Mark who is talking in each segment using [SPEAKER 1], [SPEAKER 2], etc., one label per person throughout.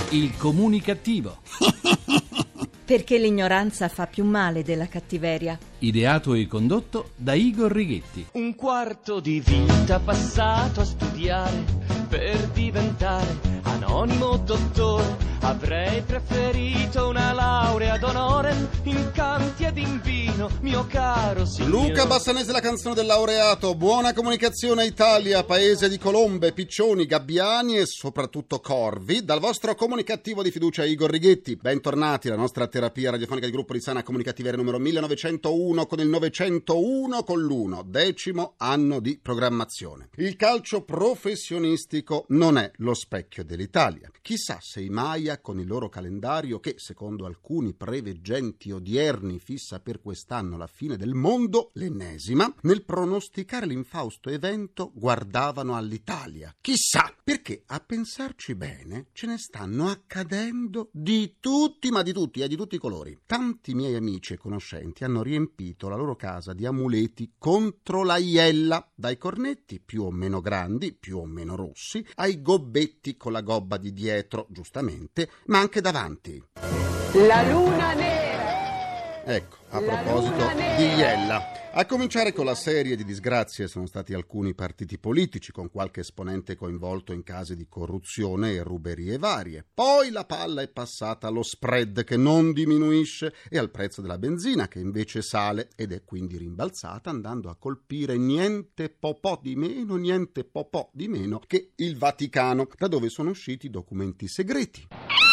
[SPEAKER 1] Il comunicativo.
[SPEAKER 2] Perché l'ignoranza fa più male della cattiveria.
[SPEAKER 1] Ideato e condotto da Igor Righetti.
[SPEAKER 3] Un quarto di vita passato a studiare per diventare anonimo dottore. Avrei preferito una laurea d'onore in canti ed in vino, mio caro signore.
[SPEAKER 4] Luca Bassanese, la canzone del laureato. Buona comunicazione Italia, paese di colombe, piccioni, gabbiani e soprattutto corvi. Dal vostro comunicativo di fiducia Igor Righetti. Bentornati alla nostra terapia radiofonica di gruppo di Sana Comunicativeria numero 1901 con il 901 con l'1, 10° anno di programmazione. Il calcio professionistico non è lo specchio dell'Italia. Chissà se i Maya, con il loro calendario che, secondo alcuni preveggenti odierni, fissa per quest'anno la fine del mondo, l'ennesima, nel pronosticare l'infausto evento guardavano all'Italia. Chissà, perché a pensarci bene ce ne stanno accadendo di tutti, ma di tutti i colori. Tanti miei amici e conoscenti hanno riempito la loro casa di amuleti contro la iella, dai cornetti più o meno grandi, più o meno rossi, ai gobbetti con la gobba di dietro, giustamente, ma anche davanti.
[SPEAKER 5] La luna nera.
[SPEAKER 4] Ecco, a proposito di iella. A cominciare con la serie di disgrazie sono stati alcuni partiti politici, con qualche esponente coinvolto in casi di corruzione e ruberie varie. Poi la palla è passata allo spread che non diminuisce e al prezzo della benzina che invece sale ed è quindi rimbalzata, andando a colpire niente po' di meno che il Vaticano, da dove sono usciti documenti segreti.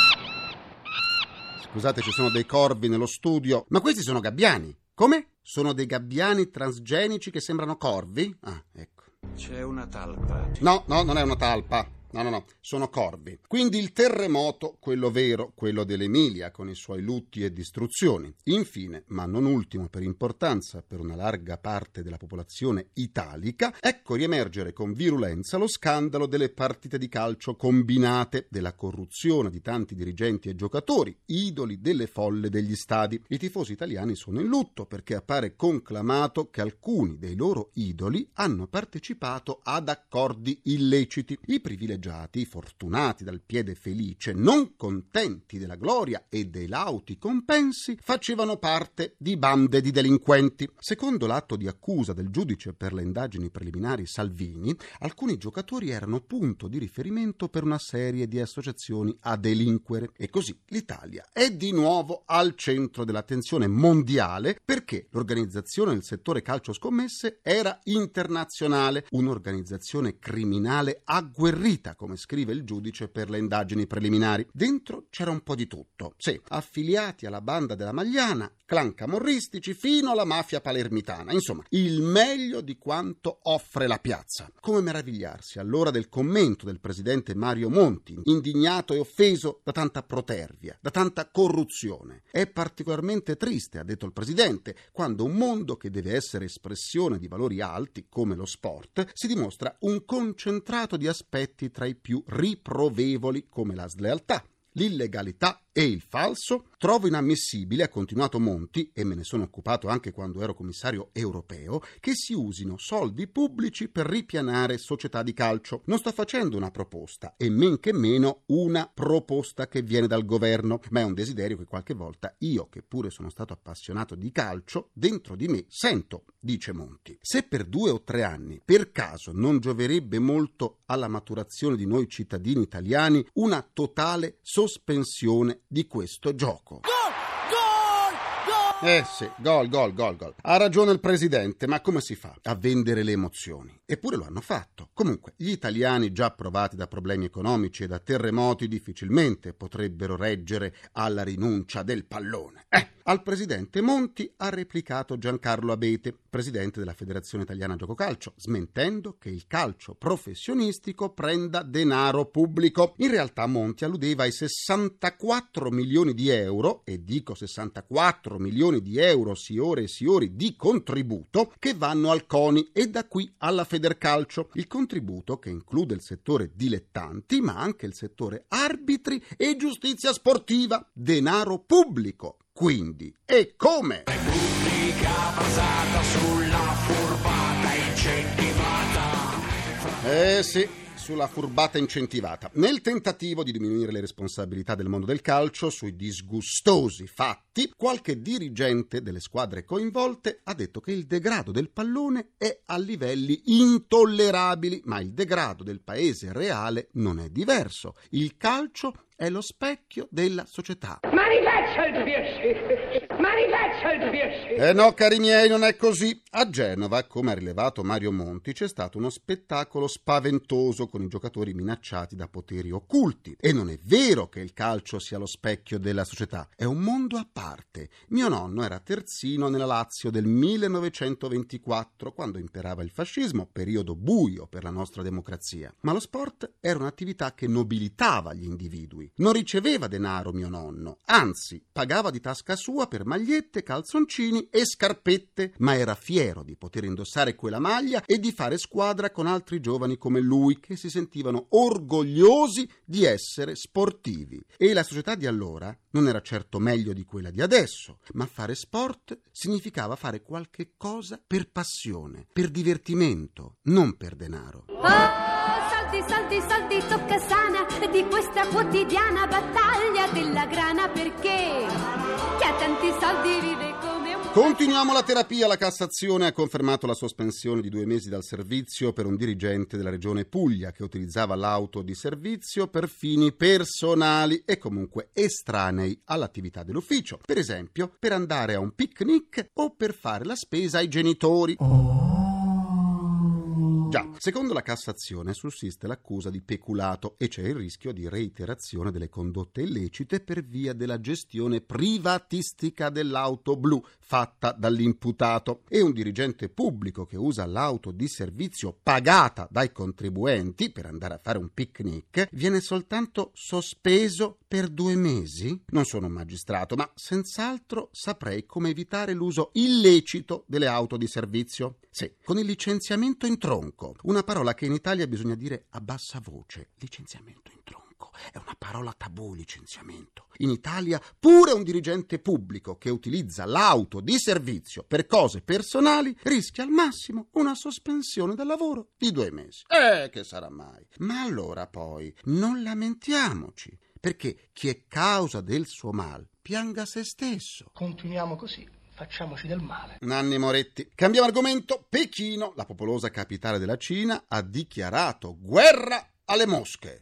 [SPEAKER 4] Scusate, ci sono dei corvi nello studio, ma questi sono gabbiani. Come? Sono dei gabbiani transgenici che sembrano corvi? Ah, ecco.
[SPEAKER 6] C'è una talpa.
[SPEAKER 4] No, non è una talpa. No, sono corvi. Quindi il terremoto, quello vero, quello dell'Emilia, con i suoi lutti e distruzioni. Infine, ma non ultimo per importanza per una larga parte della popolazione italica, ecco riemergere con virulenza lo scandalo delle partite di calcio combinate, della corruzione di tanti dirigenti e giocatori, idoli delle folle degli stadi. I tifosi italiani sono in lutto perché appare conclamato che alcuni dei loro idoli hanno partecipato ad accordi illeciti. I privilegiati, i fortunati dal piede felice, non contenti della gloria e dei lauti compensi, facevano parte di bande di delinquenti. Secondo l'atto di accusa del giudice per le indagini preliminari Salvini, alcuni giocatori erano punto di riferimento per una serie di associazioni a delinquere. E così l'Italia è di nuovo al centro dell'attenzione mondiale perché l'organizzazione del settore calcio scommesse era internazionale, un'organizzazione criminale agguerrita, come scrive il giudice per le indagini preliminari. Dentro c'era un po' di tutto. Sì, affiliati alla banda della Magliana, clan camorristici, fino alla mafia palermitana. Insomma, il meglio di quanto offre la piazza. Come meravigliarsi allora del commento del presidente Mario Monti, indignato e offeso da tanta protervia, da tanta corruzione. È particolarmente triste, ha detto il presidente, quando un mondo che deve essere espressione di valori alti, come lo sport, si dimostra un concentrato di aspetti tra i più riprovevoli, come la slealtà, l'illegalità e il falso. Trovo inammissibile, ha continuato Monti, e me ne sono occupato anche quando ero commissario europeo, che si usino soldi pubblici per ripianare società di calcio. Non sto facendo una proposta, e men che meno una proposta che viene dal governo, ma è un desiderio che qualche volta io, che pure sono stato appassionato di calcio, dentro di me sento, dice Monti. Se per 2 o 3 anni, per caso, non gioverebbe molto alla maturazione di noi cittadini italiani una totale sospensione di questo gioco. Sì, gol. Ha ragione il presidente, ma come si fa a vendere le emozioni? Eppure lo hanno fatto. Comunque, gli italiani già provati da problemi economici e da terremoti difficilmente potrebbero reggere alla rinuncia del pallone. Al presidente Monti ha replicato Giancarlo Abete, presidente della Federazione Italiana Gioco Calcio, smentendo che il calcio professionistico prenda denaro pubblico. In realtà Monti alludeva ai 64 milioni di euro, e dico 64 milioni di euro signore di contributo, che vanno al CONI e da qui alla Federcalcio. Il contributo che include il settore dilettanti, ma anche il settore arbitri e giustizia sportiva. Denaro pubblico. Quindi, e come?
[SPEAKER 6] Repubblica basata sulla furbata incentivata.
[SPEAKER 4] Sì, sulla furbata incentivata. Nel tentativo di diminuire le responsabilità del mondo del calcio sui disgustosi fatti, qualche dirigente delle squadre coinvolte ha detto che il degrado del pallone è a livelli intollerabili, ma il degrado del paese reale non è diverso. Il calcio è lo specchio della società. No, cari miei, non è così. A Genova, come ha rilevato Mario Monti, c'è stato uno spettacolo spaventoso con i giocatori minacciati da poteri occulti. E non è vero che il calcio sia lo specchio della società, è un mondo a parte. Mio nonno era terzino nella Lazio del 1924, quando imperava il fascismo, periodo buio per la nostra democrazia. Ma lo sport era un'attività che nobilitava gli individui. Non riceveva denaro mio nonno, anzi pagava di tasca sua per magliette, calzoncini e scarpette, ma era fiero di poter indossare quella maglia e di fare squadra con altri giovani come lui che si sentivano orgogliosi di essere sportivi. E la società di allora non era certo meglio di quella di adesso, ma fare sport significava fare qualche cosa per passione, per divertimento, non per denaro.
[SPEAKER 7] Soldi, tocca sana di questa quotidiana battaglia della grana, perché chi ha tanti soldi vive come un...
[SPEAKER 4] Continuiamo la terapia. La Cassazione ha confermato la sospensione di 2 mesi dal servizio per un dirigente della regione Puglia che utilizzava l'auto di servizio per fini personali e comunque estranei all'attività dell'ufficio, per esempio per andare a un picnic o per fare la spesa ai genitori. Già, secondo la Cassazione sussiste l'accusa di peculato e c'è il rischio di reiterazione delle condotte illecite per via della gestione privatistica dell'auto blu fatta dall'imputato. E un dirigente pubblico che usa l'auto di servizio pagata dai contribuenti per andare a fare un picnic viene soltanto sospeso per 2 mesi? Non sono un magistrato, ma senz'altro saprei come evitare l'uso illecito delle auto di servizio. Sì, con il licenziamento in tronco, una parola che in Italia bisogna dire a bassa voce. Licenziamento in tronco è una parola tabù, licenziamento. In Italia pure un dirigente pubblico che utilizza l'auto di servizio per cose personali rischia al massimo una sospensione dal lavoro di 2 mesi. Che sarà mai? Ma allora poi non lamentiamoci, perché chi è causa del suo mal pianga se stesso.
[SPEAKER 8] Continuiamo così. Facciamoci del male.
[SPEAKER 4] Nanni Moretti. Cambiamo argomento. Pechino, la popolosa capitale della Cina, ha dichiarato guerra alle mosche.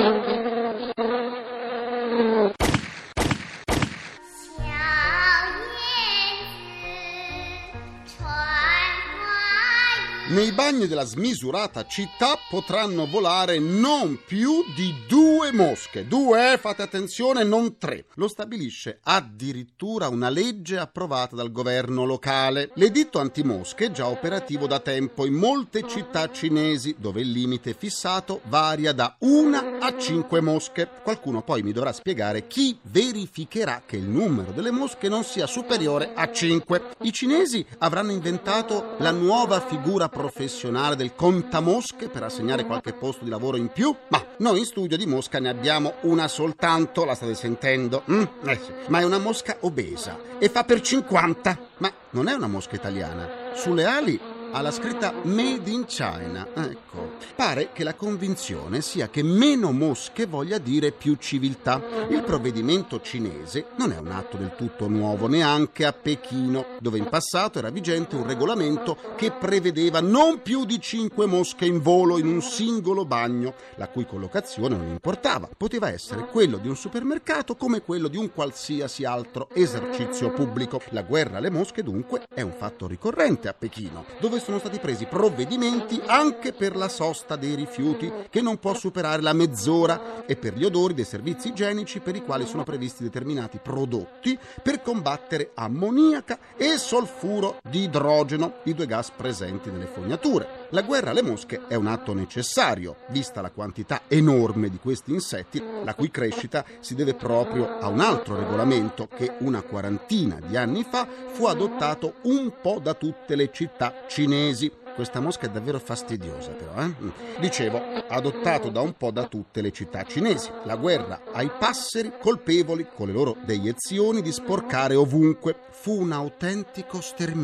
[SPEAKER 4] Nei bagni della smisurata città potranno volare non più di 2 mosche. 2, fate attenzione, non 3. Lo stabilisce addirittura una legge approvata dal governo locale. L'editto antimosche è già operativo da tempo in molte città cinesi, dove il limite fissato varia da 1 a 5 mosche. Qualcuno poi mi dovrà spiegare chi verificherà che il numero delle mosche non sia superiore a 5. I cinesi avranno inventato la nuova figura professionale del contamosche per assegnare qualche posto di lavoro in più? Ma noi in studio di mosca ne abbiamo una soltanto, la state sentendo? Sì. Ma è una mosca obesa e fa per 50. Ma non è una mosca italiana. Sulle ali ha la scritta Made in China. Ecco, pare che la convinzione sia che meno mosche voglia dire più civiltà. Il provvedimento cinese non è un atto del tutto nuovo neanche a Pechino, dove in passato era vigente un regolamento che prevedeva non più di 5 mosche in volo in un singolo bagno, la cui collocazione non importava. Poteva essere quello di un supermercato come quello di un qualsiasi altro esercizio pubblico. La guerra alle mosche dunque è un fatto ricorrente a Pechino, dove sono stati presi provvedimenti anche per la sosta dei rifiuti, che non può superare la mezz'ora, e per gli odori dei servizi igienici per i quali sono previsti determinati prodotti per combattere ammoniaca e solfuro di idrogeno, i 2 gas presenti nelle fognature. La guerra alle mosche è un atto necessario, vista la quantità enorme di questi insetti, la cui crescita si deve proprio a un altro regolamento che una 40 di anni fa fu adottato un po' da tutte le città cinesi. Questa mosca è davvero fastidiosa, però, Dicevo, adottato da un po' da tutte le città cinesi. La guerra ai passeri, colpevoli con le loro deiezioni di sporcare ovunque. Fu un autentico sterminio.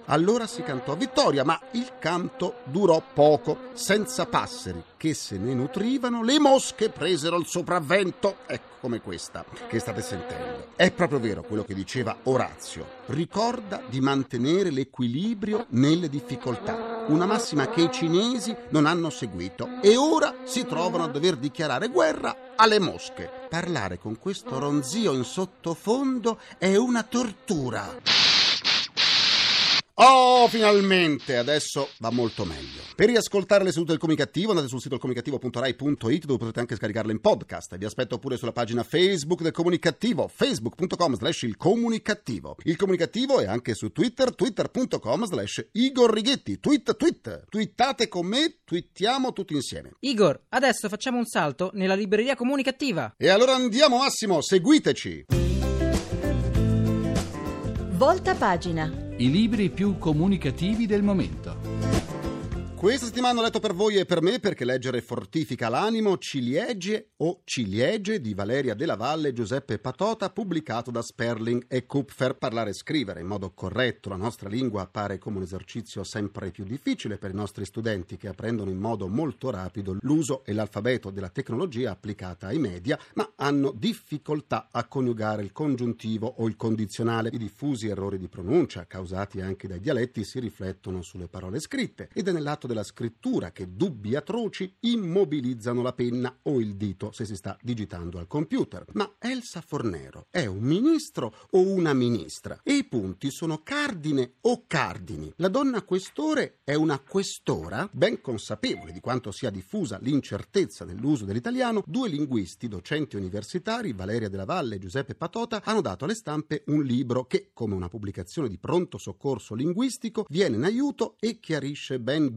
[SPEAKER 4] Allora si cantò vittoria, ma il canto durò poco. Senza passeri che se ne nutrivano, le mosche presero il sopravvento. Ecco, come questa che state sentendo. È proprio vero quello che diceva Orazio. Ricorda di mantenere l'equilibrio nelle difficoltà. Una massima che i cinesi non hanno seguito e ora si trovano a dover dichiarare guerra alle mosche. Parlare con questo ronzio in sottofondo è una tortura. Oh, finalmente! Adesso va molto meglio. Per riascoltare le sedute del Comunicativo andate sul sito comunicativo.rai.it, dove potete anche scaricarle in podcast. Vi aspetto pure sulla pagina Facebook del Comunicativo, facebook.com/il Comunicativo. Il Comunicativo è anche su Twitter, twitter.com/Igor Righetti. Twittate con me, twittiamo tutti insieme.
[SPEAKER 9] Igor, adesso facciamo un salto nella libreria comunicativa.
[SPEAKER 4] E allora andiamo, Massimo, seguiteci!
[SPEAKER 2] Volta pagina.
[SPEAKER 1] I libri più comunicativi del momento.
[SPEAKER 4] Questa settimana ho letto per voi e per me, perché leggere fortifica l'animo, Ciliegie o Ciliegie di Valeria Della Valle e Giuseppe Patota, pubblicato da Sperling e Kupfer. Parlare e scrivere in modo corretto la nostra lingua appare come un esercizio sempre più difficile per i nostri studenti, che apprendono in modo molto rapido l'uso e l'alfabeto della tecnologia applicata ai media, ma hanno difficoltà a coniugare il congiuntivo o il condizionale. I diffusi errori di pronuncia, causati anche dai dialetti, si riflettono sulle parole scritte, ed è nell'atto della scrittura che dubbi atroci immobilizzano la penna o il dito se si sta digitando al computer. Ma Elsa Fornero è un ministro o una ministra? E i punti sono cardine o cardini? La donna questore è una questora? Ben consapevoli di quanto sia diffusa l'incertezza nell'uso dell'italiano, due linguisti, docenti universitari, Valeria Della Valle e Giuseppe Patota, hanno dato alle stampe un libro che, come una pubblicazione di pronto soccorso linguistico, viene in aiuto e chiarisce ben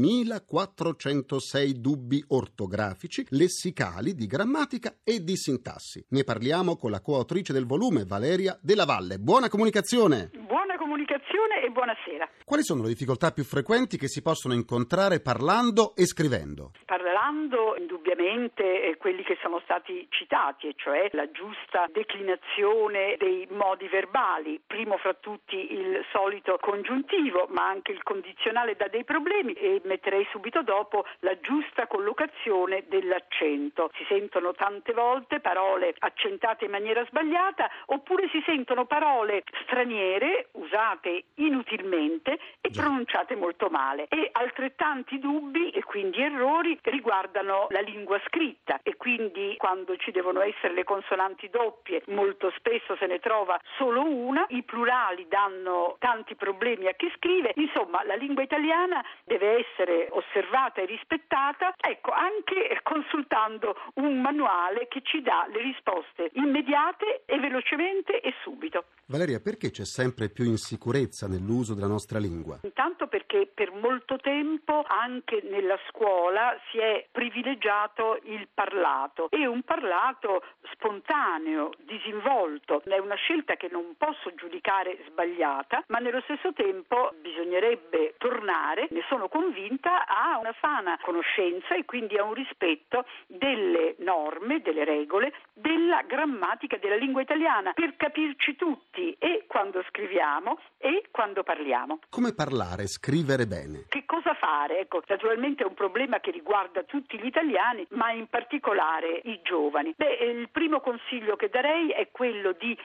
[SPEAKER 4] 2406 dubbi ortografici, lessicali, di grammatica e di sintassi. Ne parliamo con la coautrice del volume, Valeria Della Valle. Buona comunicazione!
[SPEAKER 5] Buona comunicazione e buonasera.
[SPEAKER 4] Quali sono le difficoltà più frequenti che si possono incontrare parlando e scrivendo?
[SPEAKER 5] Parlando, indubbiamente, quelli che sono stati citati, e cioè la giusta declinazione dei modi verbali, primo fra tutti il solito congiuntivo, ma anche il condizionale dà dei problemi, e metterei subito dopo la giusta collocazione dell'accento. Si sentono tante volte parole accentate in maniera sbagliata, oppure si sentono parole straniere usate inutilmente e pronunciate molto male. E altrettanti dubbi e quindi errori riguardano la lingua scritta, e quindi quando ci devono essere le consonanti doppie molto spesso se ne trova solo una, i plurali danno tanti problemi a chi scrive. Insomma, la lingua italiana deve essere osservata e rispettata, ecco, anche consultando un manuale che ci dà le risposte immediate e velocemente e subito.
[SPEAKER 4] Valeria, perché c'è sempre più insicurezza nell'uso della nostra lingua?
[SPEAKER 5] Intanto perché per molto tempo anche nella scuola si è privilegiato il parlato, e un parlato spontaneo, disinvolto. È una scelta che non posso giudicare sbagliata, ma nello stesso tempo bisognerebbe tornare, ne sono convinta, a una sana conoscenza e quindi a un rispetto delle norme, delle regole, della grammatica della lingua italiana, per capirci tutti, e quando scriviamo e quando parliamo.
[SPEAKER 4] Come parlare e scrivere bene?
[SPEAKER 5] Che cosa fare? Ecco, naturalmente è un problema che riguarda tutti gli italiani, ma in particolare i giovani. Il primo consiglio che darei è quello di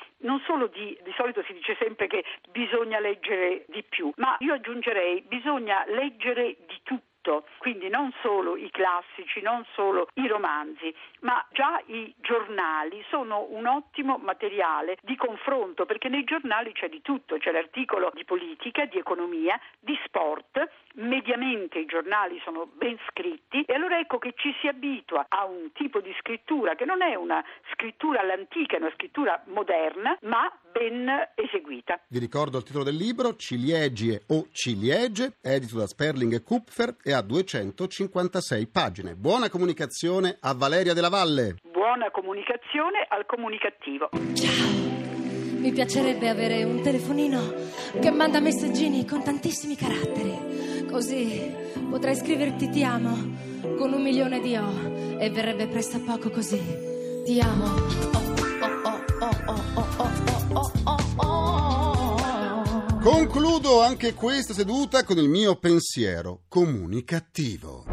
[SPEAKER 5] solito si dice sempre che bisogna leggere di più, ma io aggiungerei bisogna leggere di tutto. Quindi non solo i classici, non solo i romanzi, ma già i giornali sono un ottimo materiale di confronto, perché nei giornali c'è di tutto, c'è l'articolo di politica, di economia, di sport. Mediamente i giornali sono ben scritti, e allora ecco che ci si abitua a un tipo di scrittura che non è una scrittura all'antica, è una scrittura moderna, ma ben eseguita.
[SPEAKER 4] Vi ricordo il titolo del libro, Ciliegie o Ciliegie, edito da Sperling e Kupfer, e ha 256 pagine. Buona comunicazione a Valeria Della Valle.
[SPEAKER 5] Buona comunicazione al Comunicativo.
[SPEAKER 10] Ciao, mi piacerebbe avere un telefonino che manda messaggini con tantissimi caratteri, così potrei scriverti ti amo con 1 milione di O, e verrebbe presto a poco così. Ti amo.
[SPEAKER 4] Concludo anche questa seduta con il mio pensiero comunicativo.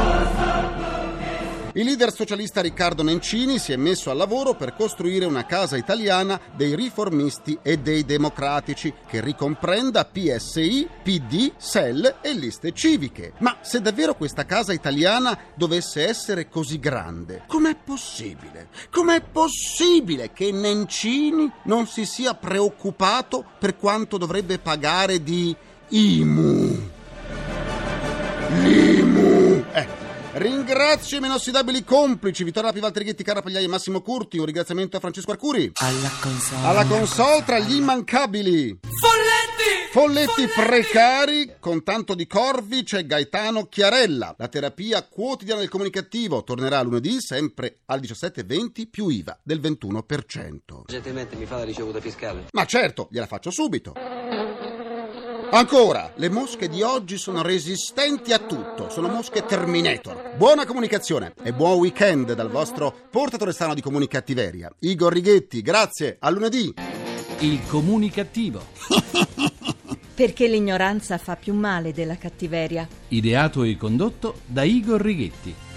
[SPEAKER 4] Il leader socialista Riccardo Nencini si è messo al lavoro per costruire una casa italiana dei riformisti e dei democratici che ricomprenda PSI, PD, SEL e liste civiche. Ma se davvero questa casa italiana dovesse essere così grande, com'è possibile? Com'è possibile che Nencini non si sia preoccupato per quanto dovrebbe pagare di IMU? L'IMU! Ringrazio i miei inossidabili complici Vittorio Pivaltrighetti, Cara Pagliai e Massimo Curti. Un ringraziamento a Francesco Arcuri. Alla console tra gli immancabili Folletti precari. Con tanto di corvi c'è Gaetano Chiarella. La terapia quotidiana del comunicativo tornerà lunedì sempre alle 17:20 più IVA del 21%.
[SPEAKER 11] Gentilmente mi fa la ricevuta fiscale?
[SPEAKER 4] Ma certo, gliela faccio subito. Ancora, le mosche di oggi sono resistenti a tutto, sono mosche Terminator. Buona comunicazione e buon weekend dal vostro portatore strano di comunicattiveria, Igor Righetti. Grazie, a lunedì.
[SPEAKER 1] Il comunicativo.
[SPEAKER 2] Perché l'ignoranza fa più male della cattiveria.
[SPEAKER 1] Ideato e condotto da Igor Righetti.